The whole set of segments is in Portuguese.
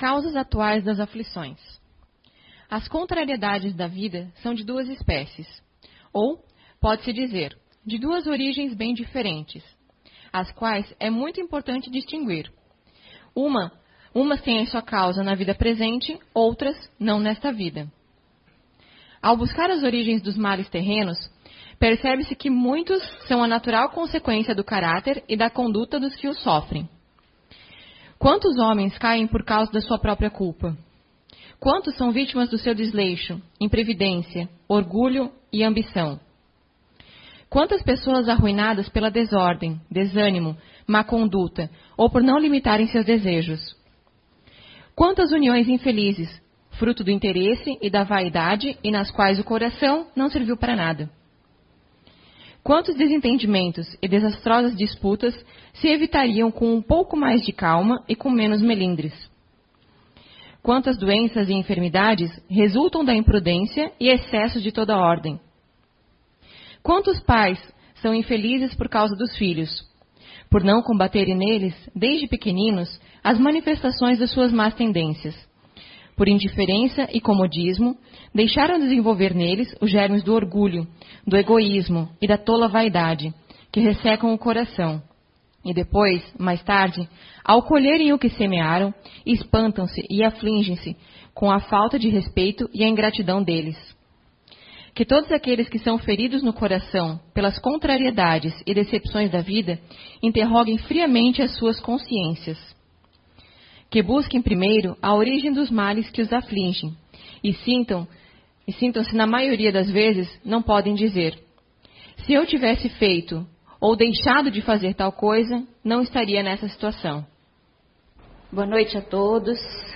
causas atuais das aflições. As contrariedades da vida são de duas espécies, ou, pode-se dizer, de duas origens bem diferentes, as quais é muito importante distinguir. Umas têm a sua causa na vida presente, outras não nesta vida. Ao buscar as origens dos males terrenos, percebe-se que muitos são a natural consequência do caráter e da conduta dos que os sofrem. Quantos homens caem por causa da sua própria culpa? Quantos são vítimas do seu desleixo, imprevidência, orgulho e ambição? Quantas pessoas arruinadas pela desordem, desânimo, má conduta ou por não limitarem seus desejos? Quantas uniões infelizes, fruto do interesse e da vaidade e nas quais o coração não serviu para nada? Quantos desentendimentos e desastrosas disputas se evitariam com um pouco mais de calma e com menos melindres? Quantas doenças e enfermidades resultam da imprudência e excesso de toda ordem? Quantos pais são infelizes por causa dos filhos, por não combaterem neles, desde pequeninos, as manifestações das suas más tendências? Por indiferença e comodismo, deixaram desenvolver neles os germes do orgulho, do egoísmo e da tola vaidade, que ressecam o coração. E depois, mais tarde, ao colherem o que semearam, espantam-se e afligem-se com a falta de respeito e a ingratidão deles. Que todos aqueles que são feridos no coração pelas contrariedades e decepções da vida, interroguem friamente as suas consciências. Que busquem primeiro a origem dos males que os afligem, e sintam-se, na maioria das vezes, não podem dizer: se eu tivesse feito ou deixado de fazer tal coisa, não estaria nessa situação. Boa noite a todos.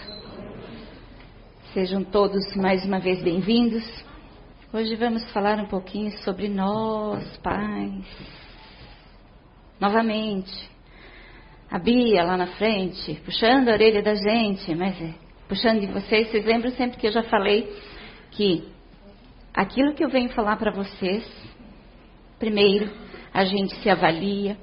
Sejam todos mais uma vez bem-vindos. Hoje vamos falar um pouquinho sobre nós, pais. Novamente, a Bia lá na frente, puxando a orelha da gente, mas puxando de vocês. Vocês lembram sempre que eu já falei que aquilo que eu venho falar para vocês, primeiro a gente se avalia,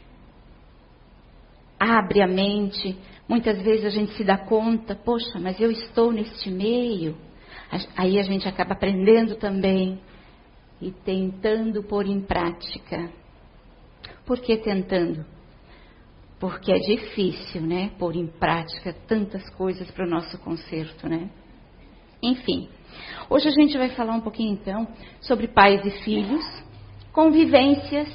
abre a mente. Muitas vezes a gente se dá conta, poxa, mas eu estou neste meio. Aí a gente acaba aprendendo também e tentando pôr em prática. Por que tentando? Porque é difícil, né? Pôr em prática tantas coisas para o nosso conserto, né? Enfim, hoje a gente vai falar um pouquinho então sobre pais e filhos, convivências,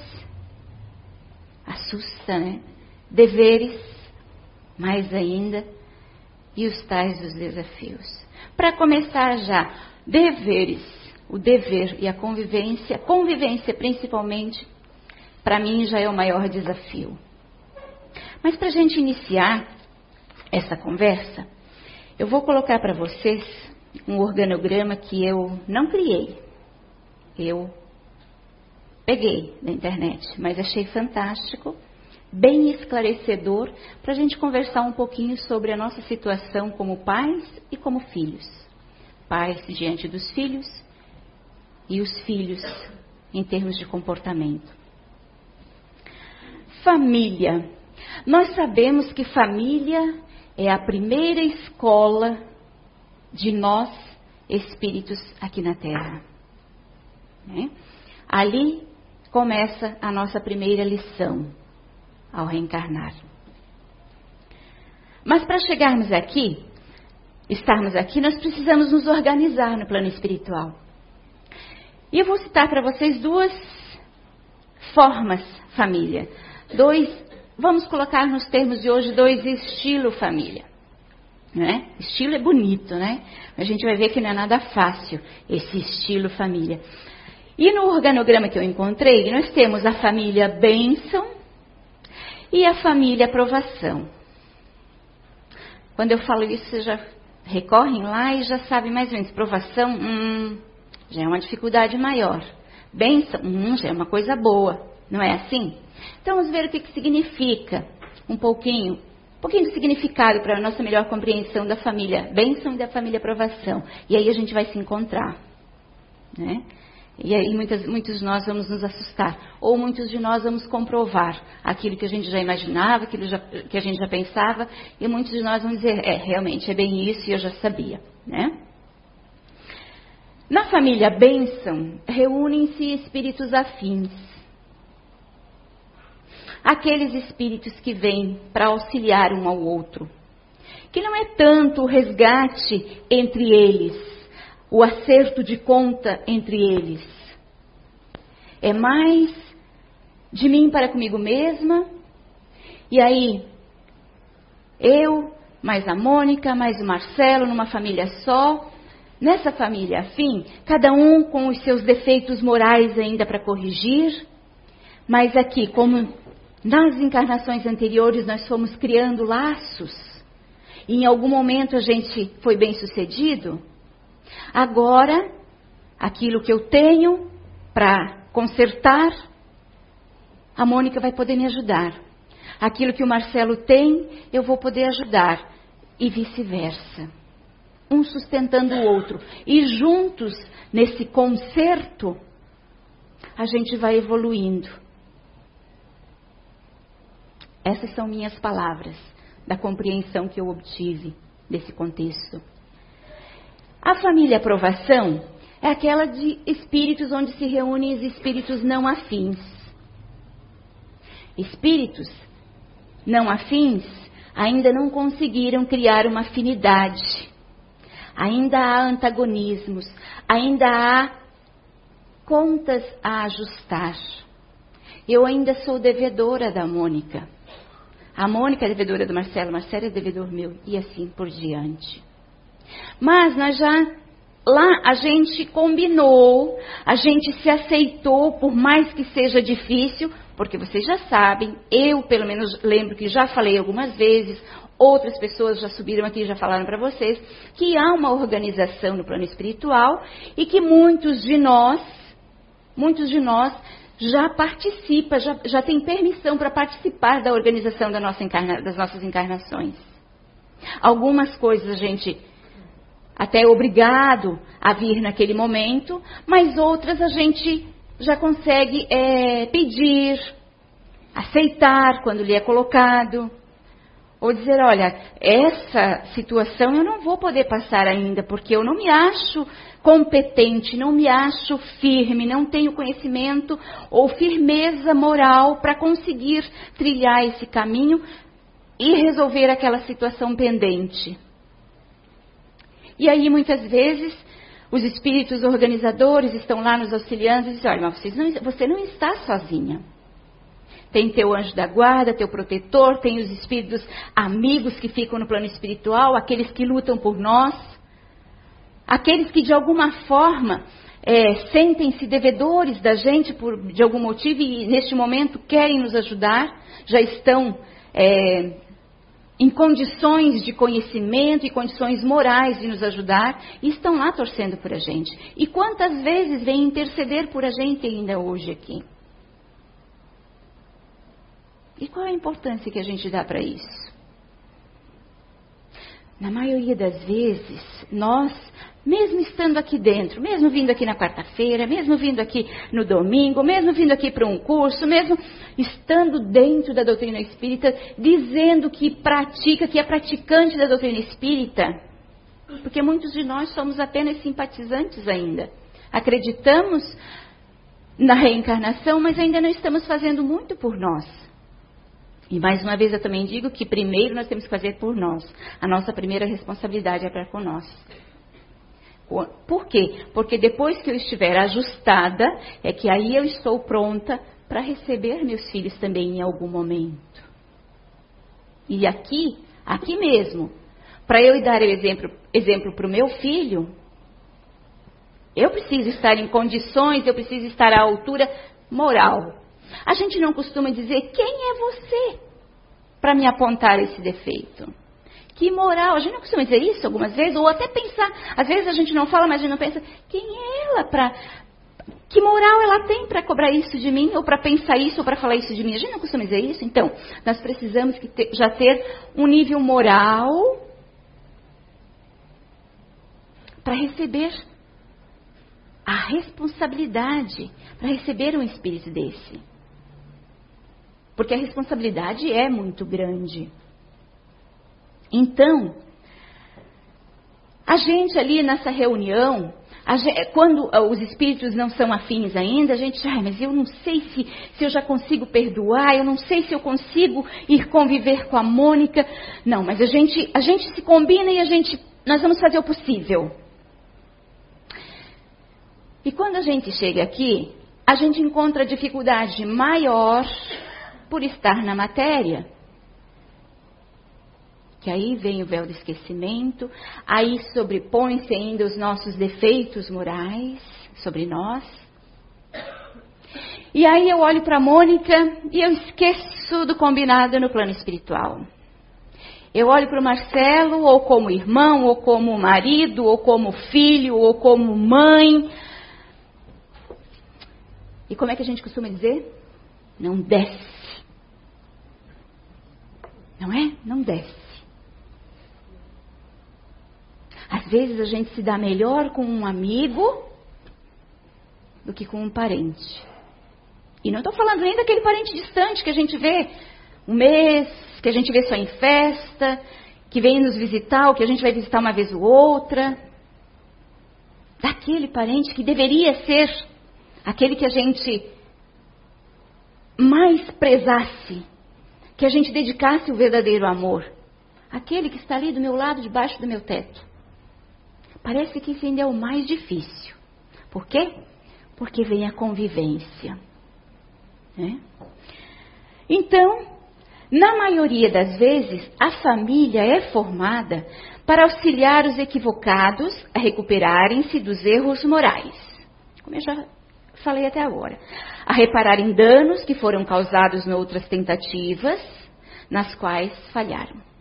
assusta, né? Deveres, mais ainda, e os tais dos desafios. Para começar já, deveres, o dever e a convivência principalmente, para mim já é o maior desafio. Mas para a gente iniciar essa conversa, eu vou colocar para vocês um organograma que eu não criei. Eu peguei na internet, mas achei fantástico, bem esclarecedor, para a gente conversar um pouquinho sobre a nossa situação como pais e como filhos. Pais diante dos filhos e os filhos em termos de comportamento. Família. Nós sabemos que família é a primeira escola de nós, espíritos, aqui na Terra. Né? Ali começa a nossa primeira lição ao reencarnar. Mas para chegarmos aqui, estarmos aqui, nós precisamos nos organizar no plano espiritual. E eu vou citar para vocês duas formas família. Vamos colocar nos termos de hoje, 2 estilos família. Né? Estilo é bonito, né? A gente vai ver que não é nada fácil esse estilo família. E no organograma que eu encontrei, nós temos a família bênção e a família aprovação. Quando eu falo isso, vocês já recorrem lá e já sabem mais ou menos. Provação, já é uma dificuldade maior. Bênção, já é uma coisa boa. Não é assim? Então vamos ver o que significa um pouquinho de significado para a nossa melhor compreensão da família bênção e da família aprovação. E aí a gente vai se encontrar. Né? E aí muitos de nós vamos nos assustar. Ou muitos de nós vamos comprovar aquilo que a gente já imaginava, aquilo que a gente já pensava. E muitos de nós vão dizer, realmente é bem isso e eu já sabia, né? Na família bênção, reúnem-se espíritos afins. Aqueles espíritos que vêm para auxiliar um ao outro. Que não é tanto o resgate entre eles, o acerto de conta entre eles. É mais de mim para comigo mesma. E aí, eu, mais a Mônica, mais o Marcelo, numa família só. Nessa família afim, cada um com os seus defeitos morais ainda para corrigir. Mas aqui, como nas encarnações anteriores, nós fomos criando laços. E em algum momento a gente foi bem sucedido. Agora, aquilo que eu tenho para consertar, a Mônica vai poder me ajudar. Aquilo que o Marcelo tem, eu vou poder ajudar. E vice-versa. Um sustentando o outro. E juntos, nesse concerto, a gente vai evoluindo. Essas são minhas palavras, da compreensão que eu obtive desse contexto. A família aprovação é aquela de espíritos onde se reúnem os espíritos não afins. Espíritos não afins ainda não conseguiram criar uma afinidade. Ainda há antagonismos, ainda há contas a ajustar. Eu ainda sou devedora da Mônica. A Mônica é devedora do Marcelo, Marcelo é devedor meu, e assim por diante. Mas lá a gente combinou, a gente se aceitou, por mais que seja difícil, porque vocês já sabem, eu pelo menos lembro que já falei algumas vezes, outras pessoas já subiram aqui e já falaram para vocês, que há uma organização no plano espiritual e que muitos de nós já participam, já têm permissão para participar da organização das nossas encarnações. Algumas coisas a gente até é obrigado a vir naquele momento, mas outras a gente já consegue pedir, aceitar quando lhe é colocado. Ou dizer, olha, essa situação eu não vou poder passar ainda, porque eu não me acho competente, não me acho firme, não tenho conhecimento ou firmeza moral para conseguir trilhar esse caminho e resolver aquela situação pendente. E aí, muitas vezes, os espíritos organizadores estão lá nos auxiliando e dizem, olha, mas você não está sozinha. Tem teu anjo da guarda, teu protetor, tem os espíritos amigos que ficam no plano espiritual, aqueles que lutam por nós, aqueles que de alguma forma sentem-se devedores da gente de algum motivo e neste momento querem nos ajudar, já estão em condições de conhecimento e condições morais de nos ajudar e estão lá torcendo por a gente. E quantas vezes vêm interceder por a gente ainda hoje aqui? E qual é a importância que a gente dá para isso? Na maioria das vezes, nós, mesmo estando aqui dentro, mesmo vindo aqui na quarta-feira, mesmo vindo aqui no domingo, mesmo vindo aqui para um curso, mesmo estando dentro da doutrina espírita, dizendo que pratica, que é praticante da doutrina espírita, porque muitos de nós somos apenas simpatizantes ainda. Acreditamos na reencarnação, mas ainda não estamos fazendo muito por nós. E mais uma vez eu também digo que primeiro nós temos que fazer por nós. A nossa primeira responsabilidade é para com nós. Por quê? Porque depois que eu estiver ajustada, é que aí eu estou pronta para receber meus filhos também em algum momento. E aqui mesmo, para eu dar exemplo para o meu filho, eu preciso estar em condições, eu preciso estar à altura moral. A gente não costuma dizer, quem é você para me apontar esse defeito? Que moral? A gente não costuma dizer isso algumas vezes, ou até pensar, às vezes a gente não fala, mas a gente não pensa, quem é ela para... Que moral ela tem para cobrar isso de mim, ou para pensar isso, ou para falar isso de mim? A gente não costuma dizer isso? Então, nós precisamos já ter um nível moral para receber a responsabilidade para receber um espírito desse. Porque a responsabilidade é muito grande. Então, a gente ali nessa reunião, quando os espíritos não são afins ainda, a gente, mas eu não sei se eu já consigo perdoar, eu não sei se eu consigo ir conviver com a Mônica. Não, mas a gente se combina e nós vamos fazer o possível. E quando a gente chega aqui, a gente encontra dificuldade maior por estar na matéria. Que aí vem o véu do esquecimento, aí sobrepõe-se ainda os nossos defeitos morais sobre nós. E aí eu olho para a Mônica e eu esqueço do combinado no plano espiritual. Eu olho para o Marcelo, ou como irmão, ou como marido, ou como filho, ou como mãe. E como é que a gente costuma dizer? Não desce. Não é? Não desce. Às vezes a gente se dá melhor com um amigo do que com um parente. E não estou falando nem daquele parente distante que a gente vê um mês, que a gente vê só em festa, que vem nos visitar, ou que a gente vai visitar uma vez ou outra. Daquele parente que deveria ser aquele que a gente mais prezasse, que a gente dedicasse o verdadeiro amor. Aquele que está ali do meu lado, debaixo do meu teto. Parece que isso ainda é o mais difícil. Por quê? Porque vem a convivência. Né? Então, na maioria das vezes, a família é formada para auxiliar os equivocados a recuperarem-se dos erros morais. Como eu já falei até agora. A repararem danos que foram causados em outras tentativas, nas quais falharam.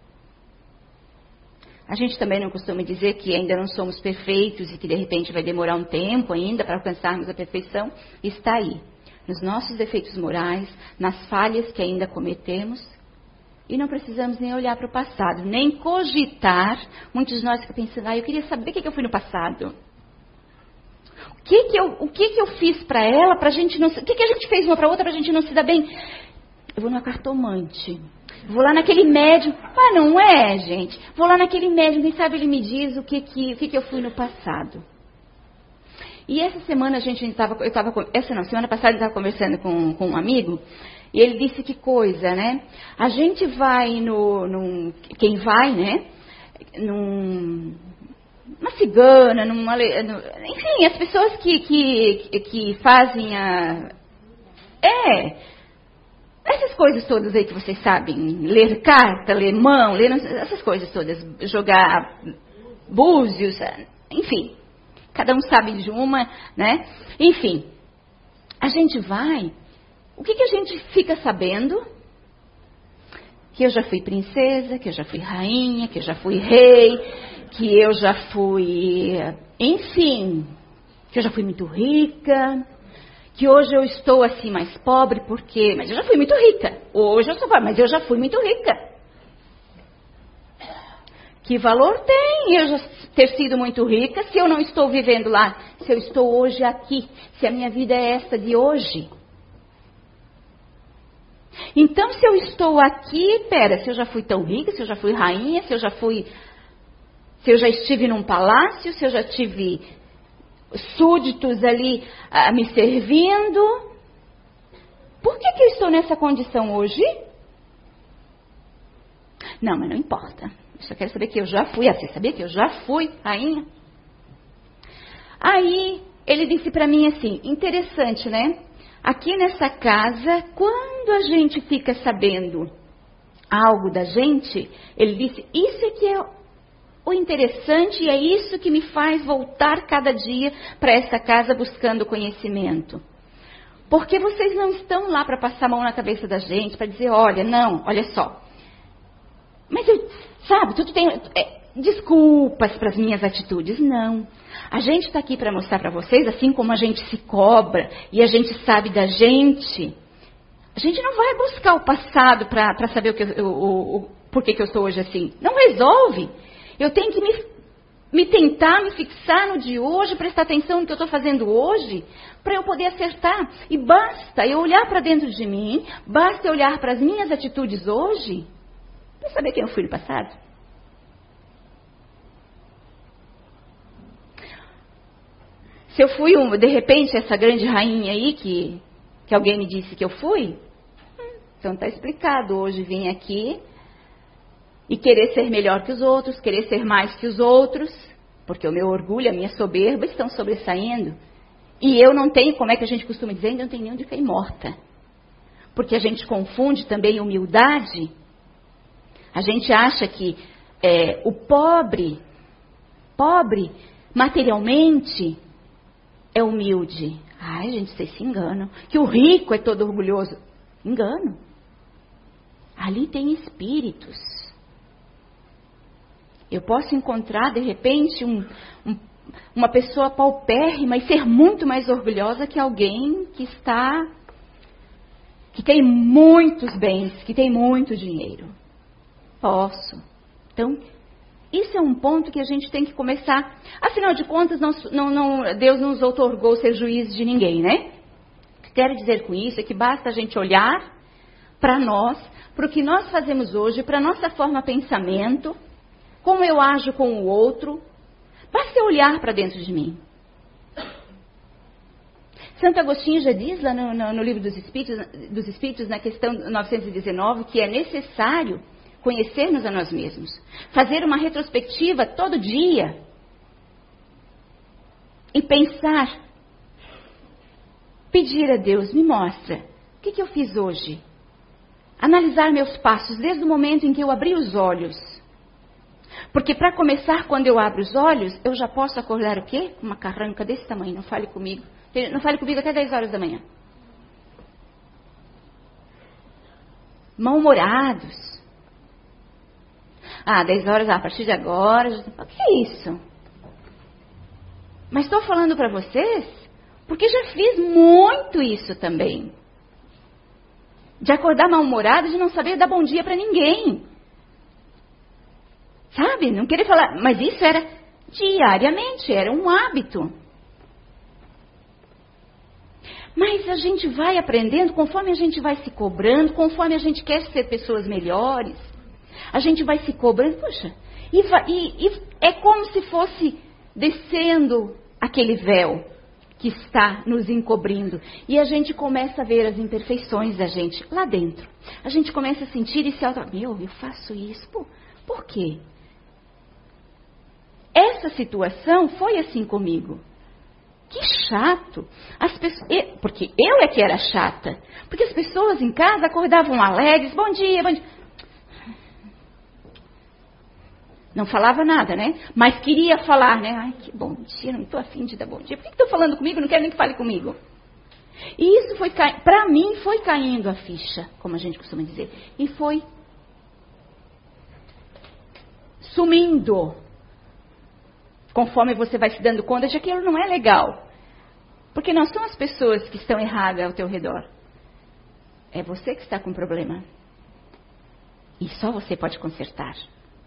A gente também não costuma dizer que ainda não somos perfeitos e que de repente vai demorar um tempo ainda para alcançarmos a perfeição. Está aí, nos nossos defeitos morais, nas falhas que ainda cometemos. E não precisamos nem olhar para o passado, nem cogitar. Muitos de nós ficam pensando, eu queria saber o que eu fui no passado. O que eu fiz para ela, para a gente não... O que a gente fez uma para outra para a gente não se dar bem? Eu vou na cartomante. Vou lá naquele médium. Não é, gente. Vou lá naquele médium. Quem sabe ele me diz o que eu fui no passado. E essa semana semana passada eu estava conversando com um amigo. E ele disse que coisa, né? A gente vai quem vai, né? Uma cigana, enfim, as pessoas que fazem essas coisas todas aí que vocês sabem, ler carta, ler mão, essas coisas todas, jogar búzios, enfim, cada um sabe de uma, né? Enfim, a gente vai, o que a gente fica sabendo? Que eu já fui princesa, que eu já fui rainha, que eu já fui rei, que eu já fui, enfim, que eu já fui muito rica, que hoje eu estou assim mais pobre porque... Mas eu já fui muito rica. Hoje eu sou pobre, mas eu já fui muito rica. Que valor tem eu já ter sido muito rica se eu não estou vivendo lá, se eu estou hoje aqui, se a minha vida é essa de hoje? Então, se eu estou aqui, se eu já fui tão rica, se eu já fui rainha, se eu já estive num palácio, se eu já tive súditos ali me servindo, por que eu estou nessa condição hoje? Não, mas não importa. Eu só quero saber que eu já fui. Você sabia que eu já fui rainha? Aí, ele disse para mim assim, interessante, né? Aqui nessa casa, quando a gente fica sabendo algo da gente, ele disse, isso é que é o interessante e é isso que me faz voltar cada dia para essa casa buscando conhecimento. Porque vocês não estão lá para passar a mão na cabeça da gente, para dizer, olha só. Mas tudo tem desculpas para as minhas atitudes. Não. A gente está aqui para mostrar para vocês, assim como a gente se cobra e a gente sabe da gente, a gente não vai buscar o passado para saber por que eu estou hoje assim. Não resolve. Eu tenho que tentar me fixar no de hoje, prestar atenção no que eu estou fazendo hoje, para eu poder acertar. E basta eu olhar para dentro de mim, basta eu olhar para as minhas atitudes hoje, para saber quem eu fui no passado. Se eu fui, de repente, essa grande rainha aí, que alguém me disse que eu fui, então está explicado. Hoje vim aqui e querer ser melhor que os outros, querer ser mais que os outros, porque o meu orgulho, a minha soberba estão sobressaindo. E eu não tenho, como é que a gente costuma dizer, ainda não tenho nem onde cair morta. Porque a gente confunde também humildade. A gente acha que o pobre materialmente é humilde. Ai, gente, vocês se enganam. Que o rico é todo orgulhoso. Engano. Ali tem espíritos. Eu posso encontrar, de repente, uma pessoa paupérrima e ser muito mais orgulhosa que alguém que tem muitos bens, que tem muito dinheiro. Posso. Então, isso é um ponto que a gente tem que começar. Afinal de contas, Deus não nos outorgou ser juiz de ninguém, né? O que quero dizer com isso é que basta a gente olhar para nós, para o que nós fazemos hoje, para a nossa forma de pensamento, como eu ajo com o outro. Basta eu olhar para dentro de mim. Santo Agostinho já diz lá no livro dos Espíritos, na questão 919, que é necessário conhecermos a nós mesmos. Fazer uma retrospectiva todo dia. E pensar. Pedir a Deus, me mostra. O que eu fiz hoje? Analisar meus passos desde o momento em que eu abri os olhos. Porque para começar, quando eu abro os olhos, eu já posso acordar o quê? Uma carranca desse tamanho, não fale comigo. Não fale comigo até 10 horas da manhã. Mal-humorados. 10 horas, a partir de agora... O que é isso? Mas estou falando para vocês, porque já fiz muito isso também. De acordar mal-humorado, de não saber dar bom dia para ninguém. Sabe? Não querer falar... Mas isso era diariamente, era um hábito. Mas a gente vai aprendendo, conforme a gente vai se cobrando, conforme a gente quer ser pessoas melhores, a gente vai se cobrando, puxa, e é como se fosse descendo aquele véu que está nos encobrindo. E a gente começa a ver as imperfeições da gente lá dentro. A gente começa a sentir esse eu faço isso, por quê? Essa situação foi assim comigo. Que chato. Porque eu é que era chata. Porque as pessoas em casa acordavam alegres. Bom dia, bom dia. Não falava nada, né? Mas queria falar, né? Ai, que bom dia, não estou afim de dar bom dia. Por que estão falando comigo? Não quero nem que fale comigo. E isso foi, para mim, foi caindo a ficha, como a gente costuma dizer. E foi sumindo. Conforme você vai se dando conta de que aquilo não é legal. Porque não são as pessoas que estão erradas ao teu redor. É você que está com problema. E só você pode consertar.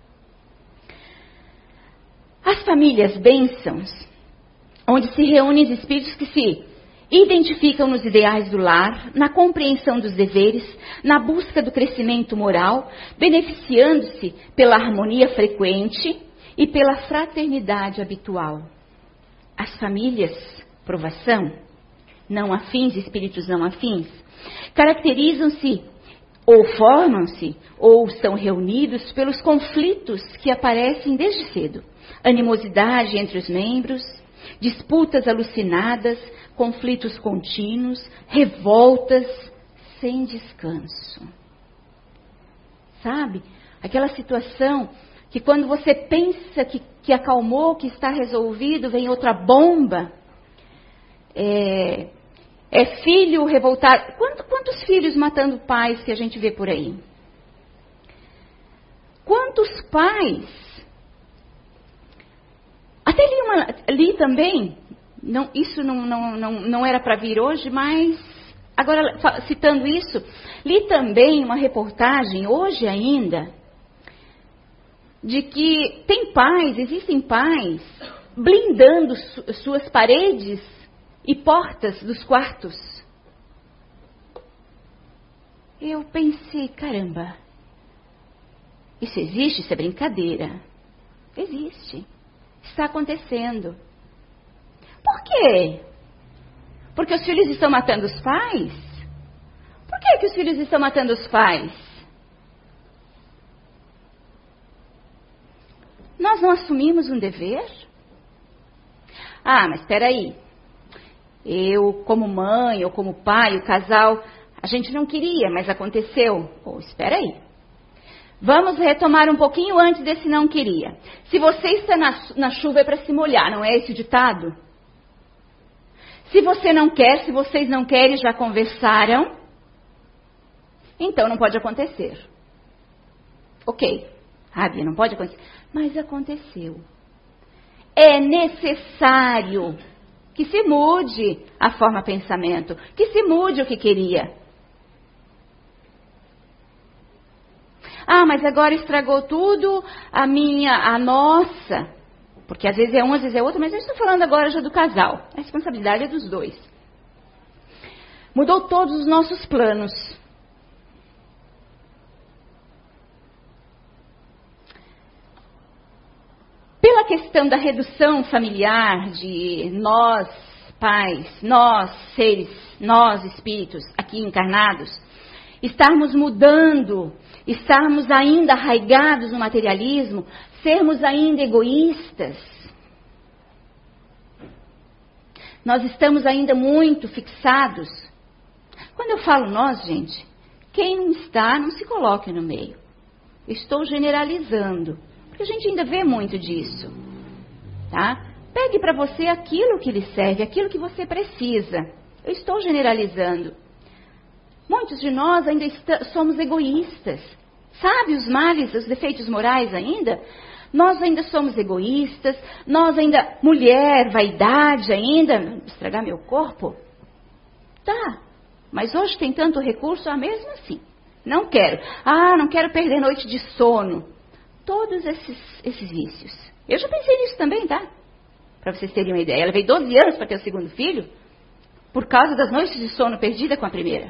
As famílias bênçãos, onde se reúnem os espíritos que se identificam nos ideais do lar, na compreensão dos deveres, na busca do crescimento moral, beneficiando-se pela harmonia frequente e pela fraternidade habitual. As famílias, provação, não afins, espíritos não afins, caracterizam-se ou formam-se ou são reunidos pelos conflitos que aparecem desde cedo. Animosidade entre os membros, disputas alucinadas, conflitos contínuos, revoltas sem descanso. Sabe? Aquela situação que quando você pensa que acalmou, que está resolvido, vem outra bomba. É filho revoltado. Quantos filhos matando pais que a gente vê por aí? Quantos pais? Até li também, isso não era para vir hoje, mas agora citando isso, li também uma reportagem, hoje ainda, de que tem pais, existem pais, blindando suas paredes e portas dos quartos. Eu pensei, caramba, isso existe? Isso é brincadeira. Existe. Está acontecendo. Por quê? Porque os filhos estão matando os pais? Por que os filhos estão matando os pais? Nós não assumimos um dever? Ah, mas espera aí. Eu, como mãe ou como pai, o casal, a gente não queria, mas aconteceu. Oh, espera aí. Vamos retomar um pouquinho antes desse não queria. Se você está na chuva é para se molhar, não é esse o ditado? Se você não quer, se vocês não querem, já conversaram, então não pode acontecer. Ok, Bia, não pode acontecer. Mas aconteceu. É necessário que se mude a forma de pensamento, que se mude o que queria. Ah, mas agora estragou tudo a nossa. Porque às vezes é um, às vezes é outro, mas eu estou falando agora já do casal. A responsabilidade é dos dois. Mudou todos os nossos planos. Pela questão da redução familiar, de nós, pais, nós, seres, nós, espíritos, aqui encarnados, estarmos mudando, estarmos ainda arraigados no materialismo, sermos ainda egoístas. Nós estamos ainda muito fixados. Quando eu falo nós, gente, quem não está, não se coloque no meio. Eu estou generalizando, porque a gente ainda vê muito disso. Tá? Pegue para você aquilo que lhe serve, aquilo que você precisa. Eu estou generalizando. Muitos de nós ainda somos egoístas. Sabe os males, os defeitos morais ainda? Nós ainda somos egoístas, nós ainda, mulher, vaidade ainda, estragar meu corpo? Tá, mas hoje tem tanto recurso, mesmo assim. Não quero. Não quero perder noite de sono. Todos esses vícios. Eu já pensei nisso também, tá? Para vocês terem uma ideia. Ela veio 12 anos para ter o segundo filho, por causa das noites de sono perdida com a primeira.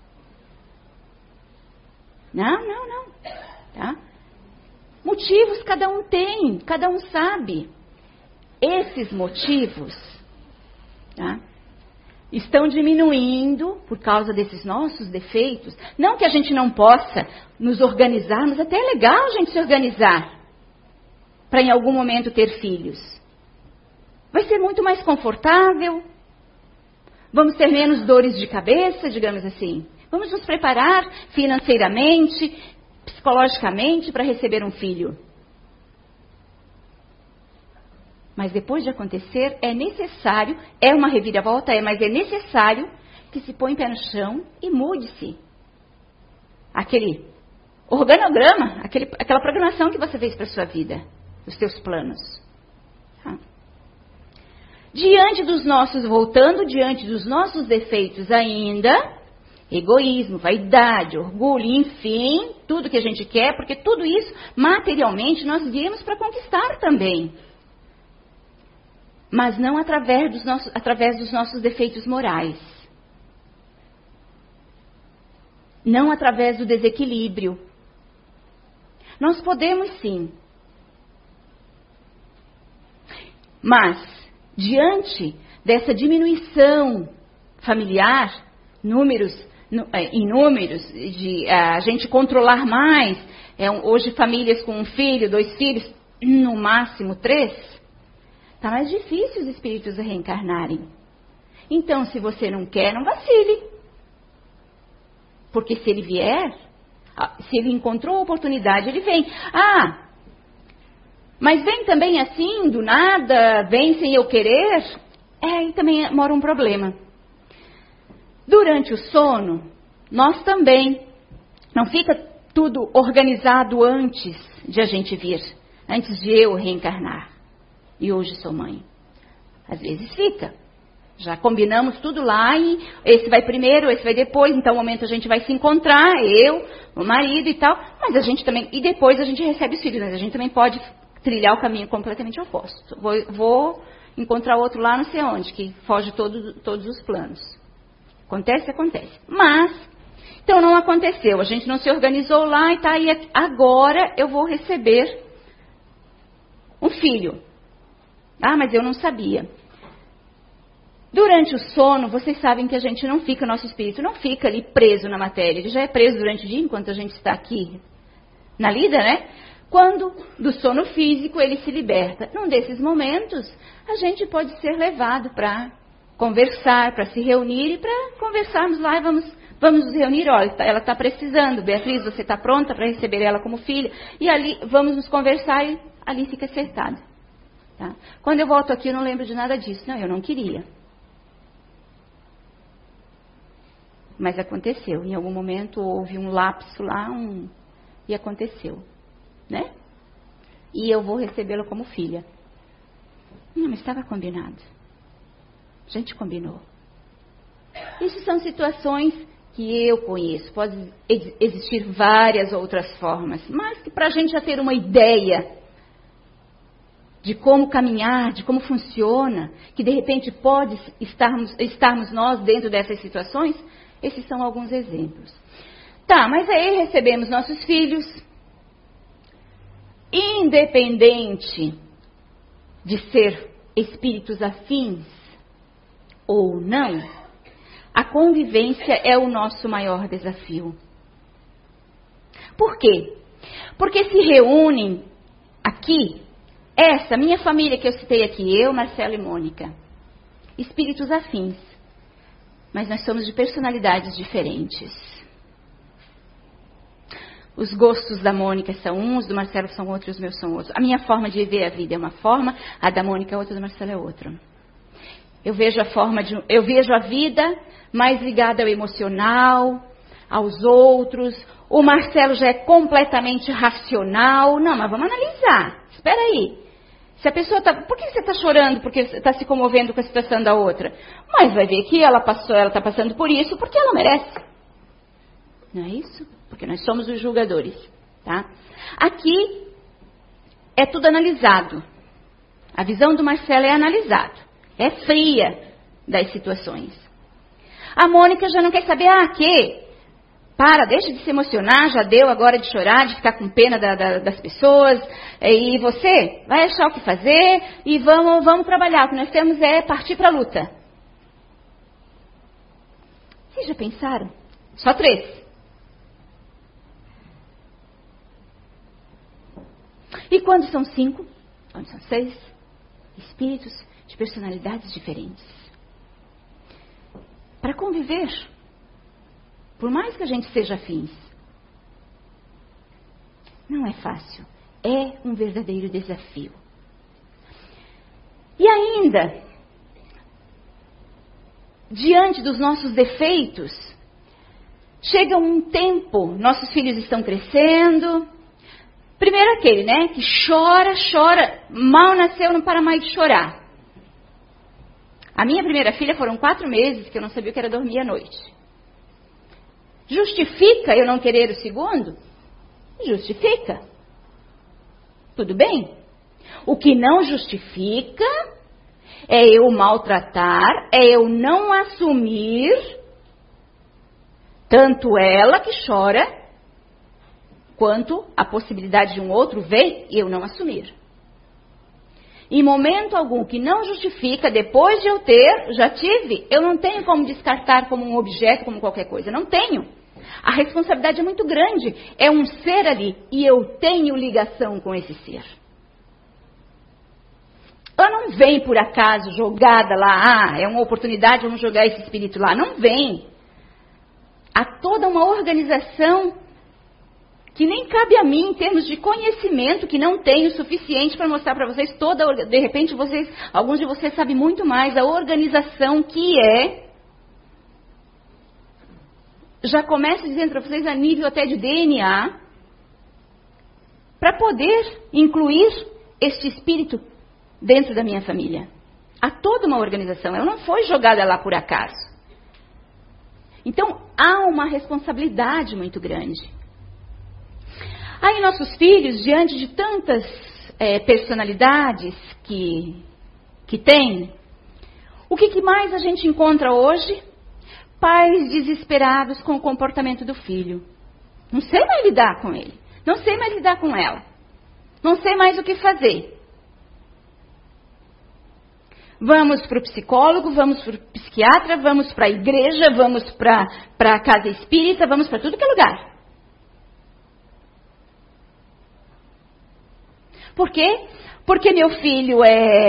Não. Tá? Motivos cada um tem, cada um sabe. Esses motivos, tá, estão diminuindo por causa desses nossos defeitos. Não que a gente não possa nos organizar, mas até é legal a gente se organizar para em algum momento ter filhos. Vai ser muito mais confortável. Vamos ter menos dores de cabeça, digamos assim. Vamos nos preparar financeiramente, psicologicamente para receber um filho. Mas depois de acontecer, é necessário, é uma reviravolta, mas é necessário que se põe pé no chão e mude-se. Aquele organograma, aquela programação que você fez para a sua vida, os seus planos. Tá? Voltando diante dos nossos defeitos ainda, egoísmo, vaidade, orgulho, enfim, tudo que a gente quer, porque tudo isso, materialmente, nós viemos para conquistar também. Mas não através dos nossos defeitos morais. Não através do desequilíbrio. Nós podemos sim. Mas, diante dessa diminuição familiar, em números, de a gente controlar mais, hoje famílias com um filho, 2 filhos, no máximo 3, está mais difícil os espíritos reencarnarem. Então, se você não quer, não vacile. Porque se ele vier, se ele encontrou a oportunidade, ele vem. Mas vem também assim, do nada, vem sem eu querer, aí também mora um problema. Durante o sono, nós também, não fica tudo organizado antes de a gente vir, antes de eu reencarnar. E hoje sou mãe. Às vezes fica. Já combinamos tudo lá e esse vai primeiro, esse vai depois, então no momento a gente vai se encontrar, eu, o marido e tal, mas a gente também, e depois a gente recebe os filhos, mas a gente também pode trilhar o caminho completamente oposto. Vou encontrar outro lá não sei onde, que foge todos os planos. Acontece, acontece. Mas, então não aconteceu, a gente não se organizou lá e tá, e agora eu vou receber um filho. Ah, mas eu não sabia. Durante o sono, vocês sabem que a gente não fica, nosso espírito não fica ali preso na matéria. Ele já é preso durante o dia, enquanto a gente está aqui na lida, né? Quando do sono físico ele se liberta. Num desses momentos, a gente pode ser levado para conversar, para se reunir e para conversarmos lá e vamos nos reunir. Olha, ela está precisando. Beatriz, você está pronta para receber ela como filha? E ali vamos nos conversar e ali fica acertado. Tá? Quando eu volto aqui, eu não lembro de nada disso. Não, eu não queria. Mas aconteceu. Em algum momento houve um lapso lá e aconteceu. Né? E eu vou recebê-la como filha. Não, mas estava combinado. A gente combinou. Isso são situações que eu conheço. Pode existir várias outras formas. Mas que para a gente já ter uma ideia de como caminhar, de como funciona, que de repente pode estarmos nós dentro dessas situações, esses são alguns exemplos. Tá, mas aí recebemos nossos filhos, independente de ser espíritos afins ou não, a convivência é o nosso maior desafio. Por quê? Porque se reúnem aqui, essa minha família que eu citei aqui, eu, Marcelo e Mônica, espíritos afins. Mas nós somos de personalidades diferentes. Os gostos da Mônica são uns, do Marcelo são outros, os meus são outros. A minha forma de ver a vida é uma forma, a da Mônica é outra, a do Marcelo é outra. Eu vejo a vida mais ligada ao emocional, aos outros. O Marcelo já é completamente racional. Não, mas vamos analisar. Espera aí. Se a pessoa está... Por que você está chorando? Porque está se comovendo com a situação da outra? Mas vai ver que ela está passando por isso porque ela merece. Não é isso? Porque nós somos os julgadores. Tá? Aqui é tudo analisado. A visão do Marcelo é analisada. É fria das situações. A Mônica já não quer saber, para, deixa de se emocionar, já deu agora de chorar, de ficar com pena das pessoas. E você vai achar o que fazer e vamos trabalhar. O que nós temos é partir para a luta. Vocês já pensaram? Só 3. E quando são 5? Quando são 6? Espíritos de personalidades diferentes. Para conviver. Por mais que a gente seja afins, não é fácil. É um verdadeiro desafio. E ainda, diante dos nossos defeitos, chega um tempo, nossos filhos estão crescendo. Primeiro aquele, né, que chora, mal nasceu, não para mais de chorar. A minha primeira filha foram 4 meses que eu não sabia o que era dormir à noite. Justifica eu não querer o segundo? Justifica. Tudo bem? O que não justifica é eu maltratar, é eu não assumir tanto ela que chora, quanto a possibilidade de um outro ver e eu não assumir. Em momento algum que não justifica, depois de eu ter, já tive, eu não tenho como descartar como um objeto, como qualquer coisa. Não tenho. A responsabilidade é muito grande. É um ser ali e eu tenho ligação com esse ser. Ela não vem por acaso jogada lá, é uma oportunidade, vamos jogar esse espírito lá. Não vem. Há toda uma organização que nem cabe a mim em termos de conhecimento, que não tenho o suficiente para mostrar para vocês de repente alguns de vocês sabem muito mais a organização que é. Já começo dizendo para vocês a nível até de DNA, para poder incluir este espírito dentro da minha família. Há toda uma organização, ela não foi jogada lá por acaso. Então, há uma responsabilidade muito grande. Aí nossos filhos, diante de tantas personalidades que têm, o que mais a gente encontra hoje? Pais desesperados com o comportamento do filho. Não sei mais lidar com ele. Não sei mais lidar com ela. Não sei mais o que fazer. Vamos para o psicólogo, vamos para o psiquiatra, vamos para a igreja, vamos para a casa espírita, vamos para tudo que é lugar. Por quê? Porque meu filho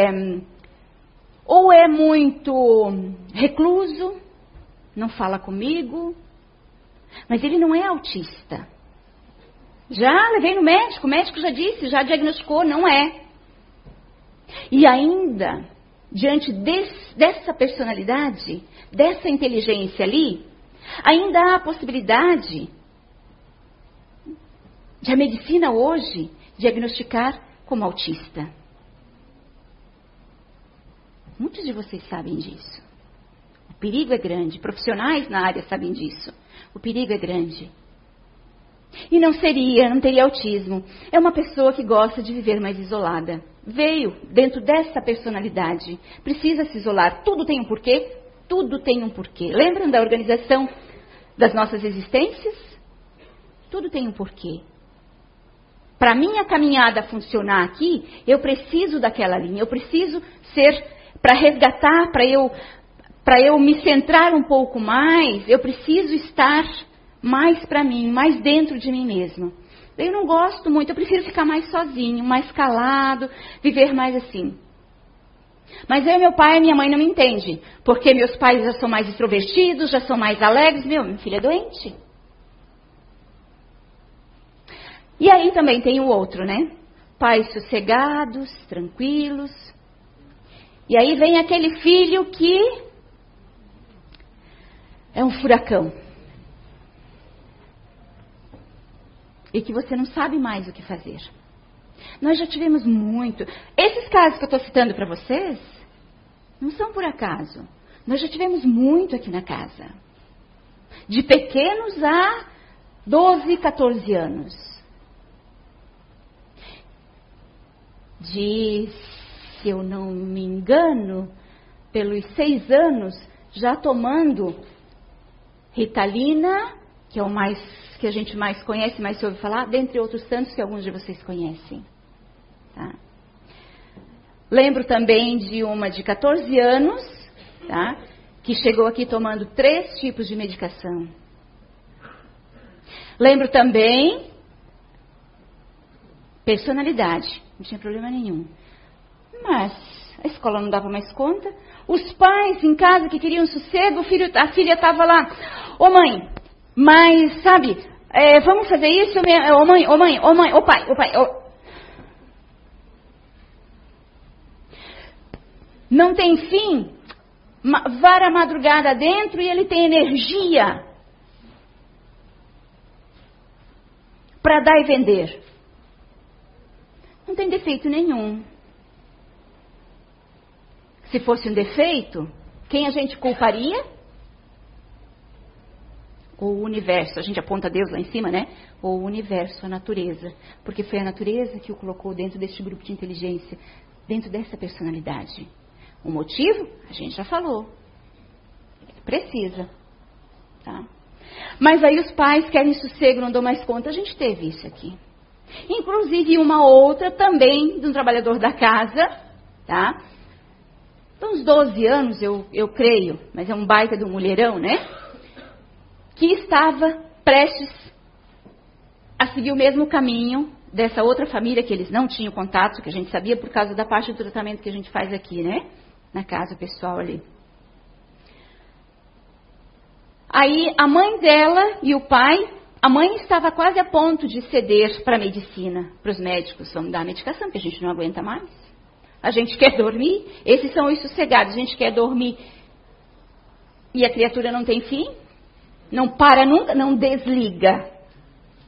ou é muito recluso, não fala comigo, mas ele não é autista. Já levei no médico, o médico já disse, já diagnosticou, não é. E ainda, diante dessa personalidade, dessa inteligência ali, ainda há a possibilidade de a medicina hoje diagnosticar como autista. Muitos de vocês sabem disso. O perigo é grande. Profissionais na área sabem disso. O perigo é grande. E não teria autismo. É uma pessoa que gosta de viver mais isolada. Veio dentro dessa personalidade. Precisa se isolar. Tudo tem um porquê? Tudo tem um porquê. Lembram da organização das nossas existências? Tudo tem um porquê. Para minha caminhada funcionar aqui, eu preciso daquela linha. Eu preciso para resgatar, para eu me centrar um pouco mais, eu preciso estar mais para mim, mais dentro de mim mesma. Eu não gosto muito, eu prefiro ficar mais sozinho, mais calado, viver mais assim. Mas eu, meu pai e minha mãe não me entendem, porque meus pais já são mais extrovertidos, já são mais alegres. Meu filho é doente. E aí também tem o outro, né? Pais sossegados, tranquilos. E aí vem aquele filho que é um furacão. E que você não sabe mais o que fazer. Nós já tivemos muito. Esses casos que eu estou citando para vocês, não são por acaso. Nós já tivemos muito aqui na casa. De pequenos a 12, 14 anos. Se eu não me engano, pelos 6 anos, já tomando Ritalina, que é o que a gente mais conhece, mais se ouve falar, dentre outros tantos que alguns de vocês conhecem. Tá? Lembro também de uma de 14 anos, tá? Que chegou aqui tomando 3 tipos de medicação. Lembro também personalidade. Não tinha problema nenhum. Mas a escola não dava mais conta. Os pais em casa que queriam sossego, a filha estava lá. Ô mãe, mas sabe, vamos fazer isso? Ô mãe, ô pai. Não tem fim. Vara a madrugada dentro e ele tem energia para dar e vender. Não tem defeito nenhum. Se fosse um defeito, quem a gente culparia? O universo. A gente aponta Deus lá em cima, né? Ou o universo, a natureza. Porque foi a natureza que o colocou dentro deste grupo de inteligência, dentro dessa personalidade. O motivo? A gente já falou. Precisa. Tá? Mas aí os pais querem sossego, não dão mais conta. A gente teve isso aqui. Inclusive uma outra também de um trabalhador da casa, tá? Uns 12 anos, eu creio, mas é um baita de um mulherão, né? Que estava prestes a seguir o mesmo caminho dessa outra família que eles não tinham contato, que a gente sabia por causa da parte do tratamento que a gente faz aqui, né? Na casa pessoal ali. Aí a mãe dela e o pai... A mãe estava quase a ponto de ceder para a medicina, para os médicos. Vamos dar a medicação, porque a gente não aguenta mais. A gente quer dormir. Esses são os sossegados. A gente quer dormir. E a criatura não tem fim. Não para nunca, não desliga.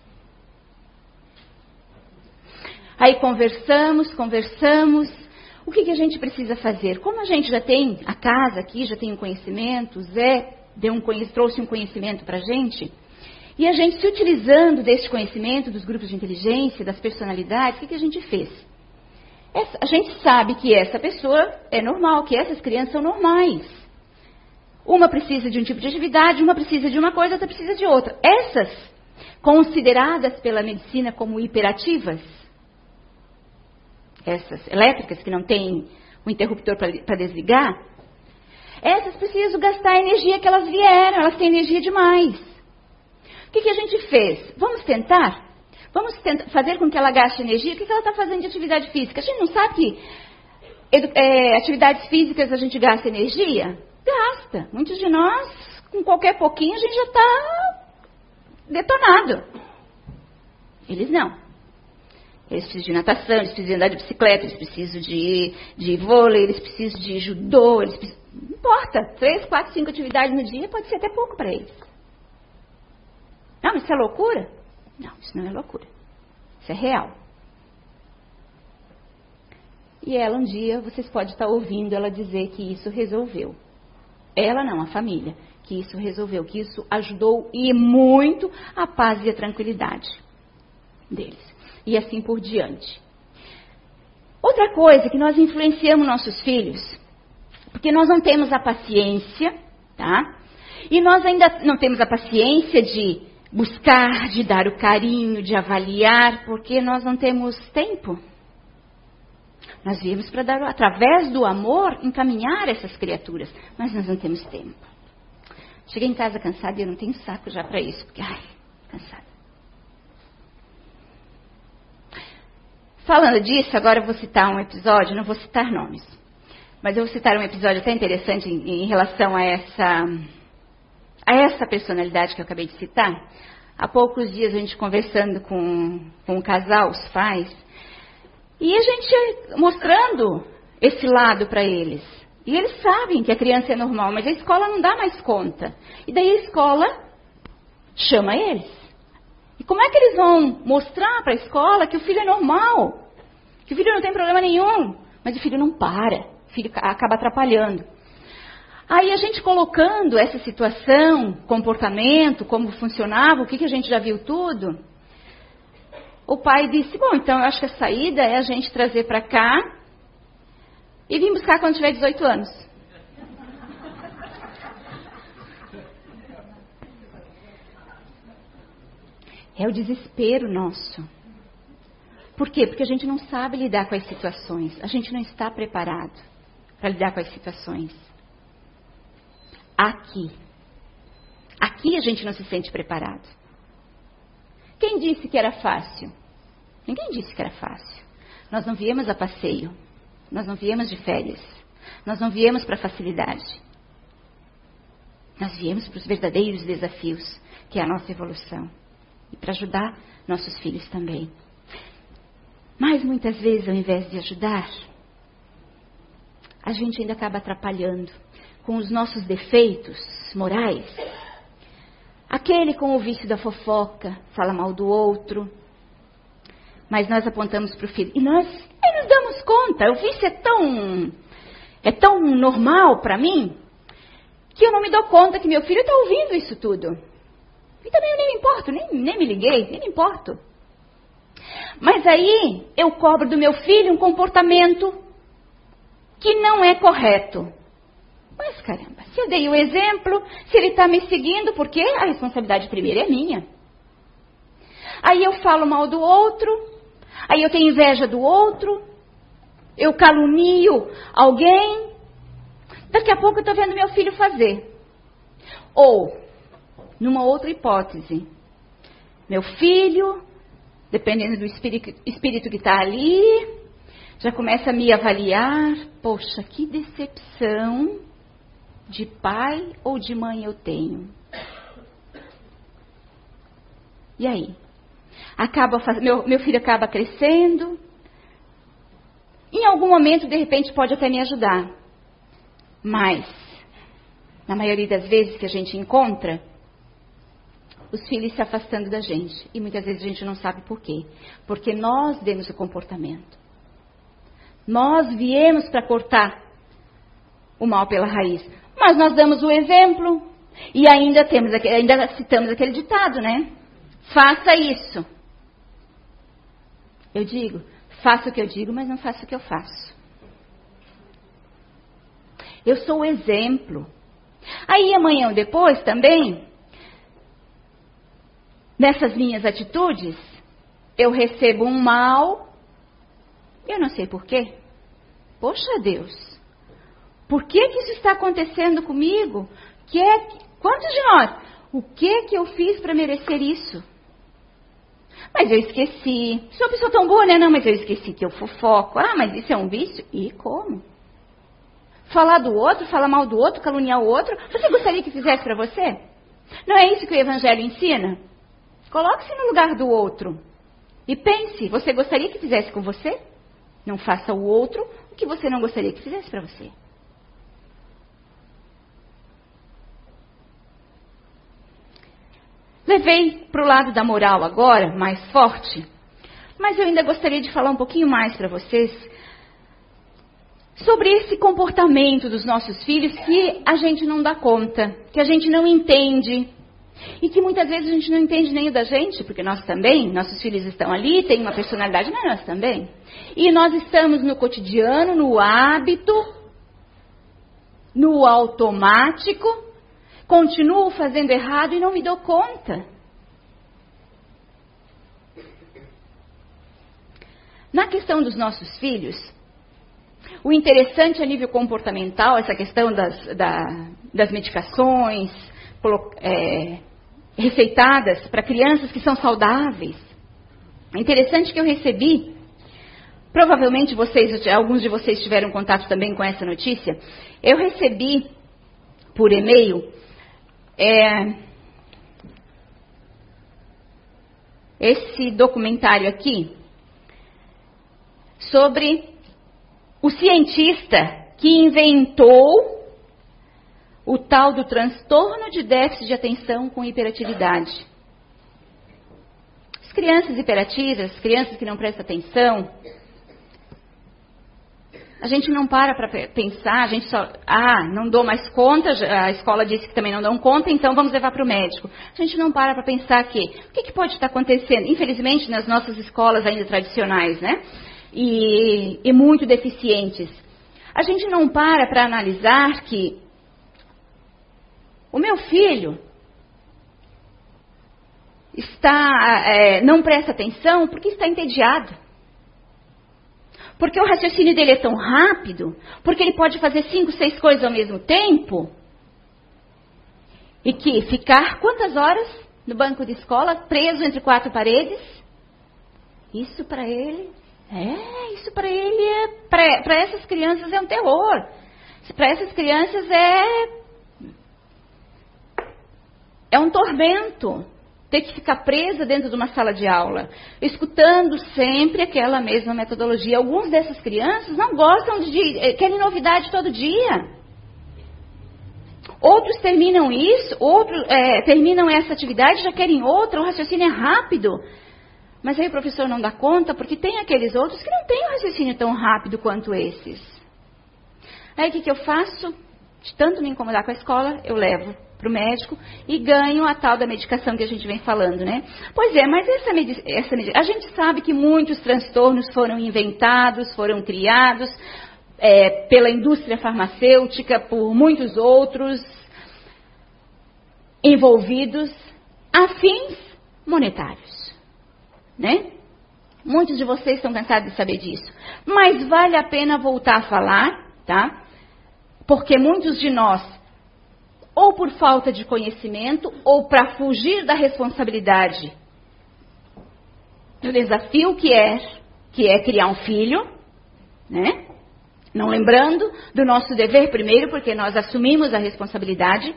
Aí conversamos. o que a gente precisa fazer? Como a gente já tem a casa aqui, já tem um conhecimento, o Zé trouxe um conhecimento para a gente, e a gente se utilizando desse conhecimento, dos grupos de inteligência, das personalidades, o que a gente fez? A gente sabe que essa pessoa é normal, que essas crianças são normais. Uma precisa de um tipo de atividade, uma precisa de uma coisa, outra precisa de outra. Essas, consideradas pela medicina como hiperativas, essas elétricas que não têm o interruptor para desligar, essas precisam gastar a energia que elas vieram, elas têm energia demais. O que a gente fez? Vamos tentar? Vamos tentar fazer com que ela gaste energia? O que ela está fazendo de atividade física? A gente não sabe que atividades físicas a gente gasta energia? Gasta. Muitos de nós, com qualquer pouquinho, a gente já está detonado. Eles não. Eles precisam de natação, eles precisam andar de bicicleta, eles precisam de vôlei, eles precisam de judô, não importa. 3, 4, 5 atividades no dia pode ser até pouco para eles. Não, isso é loucura? Não, isso não é loucura. Isso é real. E ela, um dia, vocês podem estar ouvindo ela dizer que isso resolveu. Ela não, a família. Que isso resolveu, que isso ajudou e muito a paz e a tranquilidade deles. E assim por diante. Outra coisa que nós influenciamos nossos filhos, porque nós não temos a paciência, tá? E nós ainda não temos a paciência de buscar, de dar o carinho, de avaliar, porque nós não temos tempo. Nós viemos para dar, através do amor, encaminhar essas criaturas, mas nós não temos tempo. Cheguei em casa cansada e eu não tenho saco já para isso, porque, cansada. Falando disso, agora eu vou citar um episódio, não vou citar nomes, mas eu vou citar um episódio até interessante em relação a essa personalidade que eu acabei de citar. Há poucos dias a gente conversando com um casal, os pais, e a gente mostrando esse lado para eles. E eles sabem que a criança é normal, mas a escola não dá mais conta. E daí a escola chama eles. E como é que eles vão mostrar para a escola que o filho é normal? Que o filho não tem problema nenhum, mas o filho não para, o filho acaba atrapalhando. Aí a gente colocando essa situação, comportamento, como funcionava, o que a gente já viu tudo, o pai disse, bom, então eu acho que a saída é a gente trazer para cá e vir buscar quando tiver 18 anos. É o desespero nosso. Por quê? Porque a gente não sabe lidar com as situações. A gente não está preparado para lidar com as situações. Aqui a gente não se sente preparado. Quem disse que era fácil? Ninguém disse que era fácil. Nós não viemos a passeio. Nós não viemos de férias. Nós não viemos para facilidade. Nós viemos para os verdadeiros desafios, que é a nossa evolução. E para ajudar nossos filhos também. Mas muitas vezes, ao invés de ajudar, a gente ainda acaba atrapalhando com os nossos defeitos morais. Aquele com o vício da fofoca, fala mal do outro. Mas nós apontamos para o filho. E nós nos damos conta. O vício é tão normal para mim, que eu não me dou conta que meu filho está ouvindo isso tudo. E também eu nem me importo, nem me liguei, nem me importo. Mas aí eu cobro do meu filho um comportamento que não é correto. Mas caramba, se eu dei o exemplo, se ele está me seguindo, porque a responsabilidade primeiro é minha. Aí eu falo mal do outro, aí eu tenho inveja do outro, eu calunio alguém. Daqui a pouco eu estou vendo meu filho fazer. Ou, numa outra hipótese, meu filho, dependendo do espírito que está ali, já começa a me avaliar. Poxa, que decepção de pai ou de mãe eu tenho. E aí? Meu filho acaba crescendo. Em algum momento, de repente, pode até me ajudar. Mas, na maioria das vezes que a gente encontra, os filhos se afastando da gente. E muitas vezes a gente não sabe por quê. Porque nós demos o comportamento. Nós viemos para cortar o mal pela raiz. Mas nós damos o exemplo e ainda citamos aquele ditado, né? Faça isso. Eu digo, faça o que eu digo, mas não faça o que eu faço. Eu sou o exemplo. Aí amanhã ou depois também, nessas minhas atitudes, eu recebo um mal, eu não sei porquê. Poxa Deus, por que isso está acontecendo comigo? Quantos de nós? O que eu fiz para merecer isso? Mas eu esqueci. Sou uma pessoa tão boa, né? Não, mas eu esqueci que eu fofoco. Ah, mas isso é um vício? E como? Falar do outro, falar mal do outro, caluniar o outro. Você gostaria que fizesse para você? Não é isso que o Evangelho ensina? Coloque-se no lugar do outro. E pense, você gostaria que fizesse com você? Não faça o outro o que você não gostaria que fizesse para você. Levei para o lado da moral agora, mais forte, mas eu ainda gostaria de falar um pouquinho mais para vocês sobre esse comportamento dos nossos filhos que a gente não dá conta, que a gente não entende e que muitas vezes a gente não entende nem o da gente, porque nós também, nossos filhos estão ali, têm uma personalidade, mas nós também. E nós estamos no cotidiano, no hábito, no automático, continuo fazendo errado e não me dou conta. Na questão dos nossos filhos, o interessante a nível comportamental, essa questão das medicações receitadas para crianças que são saudáveis. É interessante que eu recebi, provavelmente alguns de vocês tiveram contato também com essa notícia, eu recebi por e-mail esse documentário aqui sobre o cientista que inventou o tal do transtorno de déficit de atenção com hiperatividade. As crianças hiperativas, crianças que não prestam atenção, a gente não para pensar, a gente só, não dou mais conta, a escola disse que também não dão conta, então vamos levar para o médico. A gente não para pensar que, o que pode estar acontecendo? Infelizmente, nas nossas escolas ainda tradicionais, né? E muito deficientes. A gente não para analisar que o meu filho não presta atenção porque está entediado. Porque o raciocínio dele é tão rápido, porque ele pode fazer 5, 6 coisas ao mesmo tempo, e que ficar quantas horas no banco de escola, preso entre 4 paredes? Isso para ele, para essas crianças é um terror. Para essas crianças é um tormento. Ter que ficar presa dentro de uma sala de aula, escutando sempre aquela mesma metodologia. Alguns dessas crianças não gostam querem novidade todo dia. Outros terminam isso, terminam essa atividade e já querem outra, o raciocínio é rápido. Mas aí o professor não dá conta, porque tem aqueles outros que não têm um raciocínio tão rápido quanto esses. Aí o que eu faço? De tanto me incomodar com a escola, eu levo para o médico e ganho a tal da medicação que a gente vem falando, né? Pois é, mas a gente sabe que muitos transtornos foram inventados, foram criados pela indústria farmacêutica, por muitos outros envolvidos a fins monetários, né? Muitos de vocês estão cansados de saber disso, mas vale a pena voltar a falar, tá? Porque muitos de nós, ou por falta de conhecimento, ou para fugir da responsabilidade do desafio que é criar um filho, né? Não lembrando do nosso dever primeiro, porque nós assumimos a responsabilidade.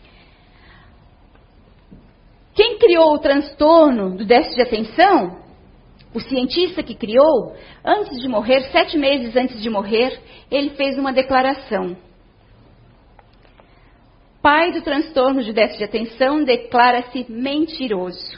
Quem criou o transtorno do déficit de atenção, o cientista que criou, antes de morrer, 7 meses antes de morrer, ele fez uma declaração. Pai do transtorno de déficit de atenção declara-se mentiroso.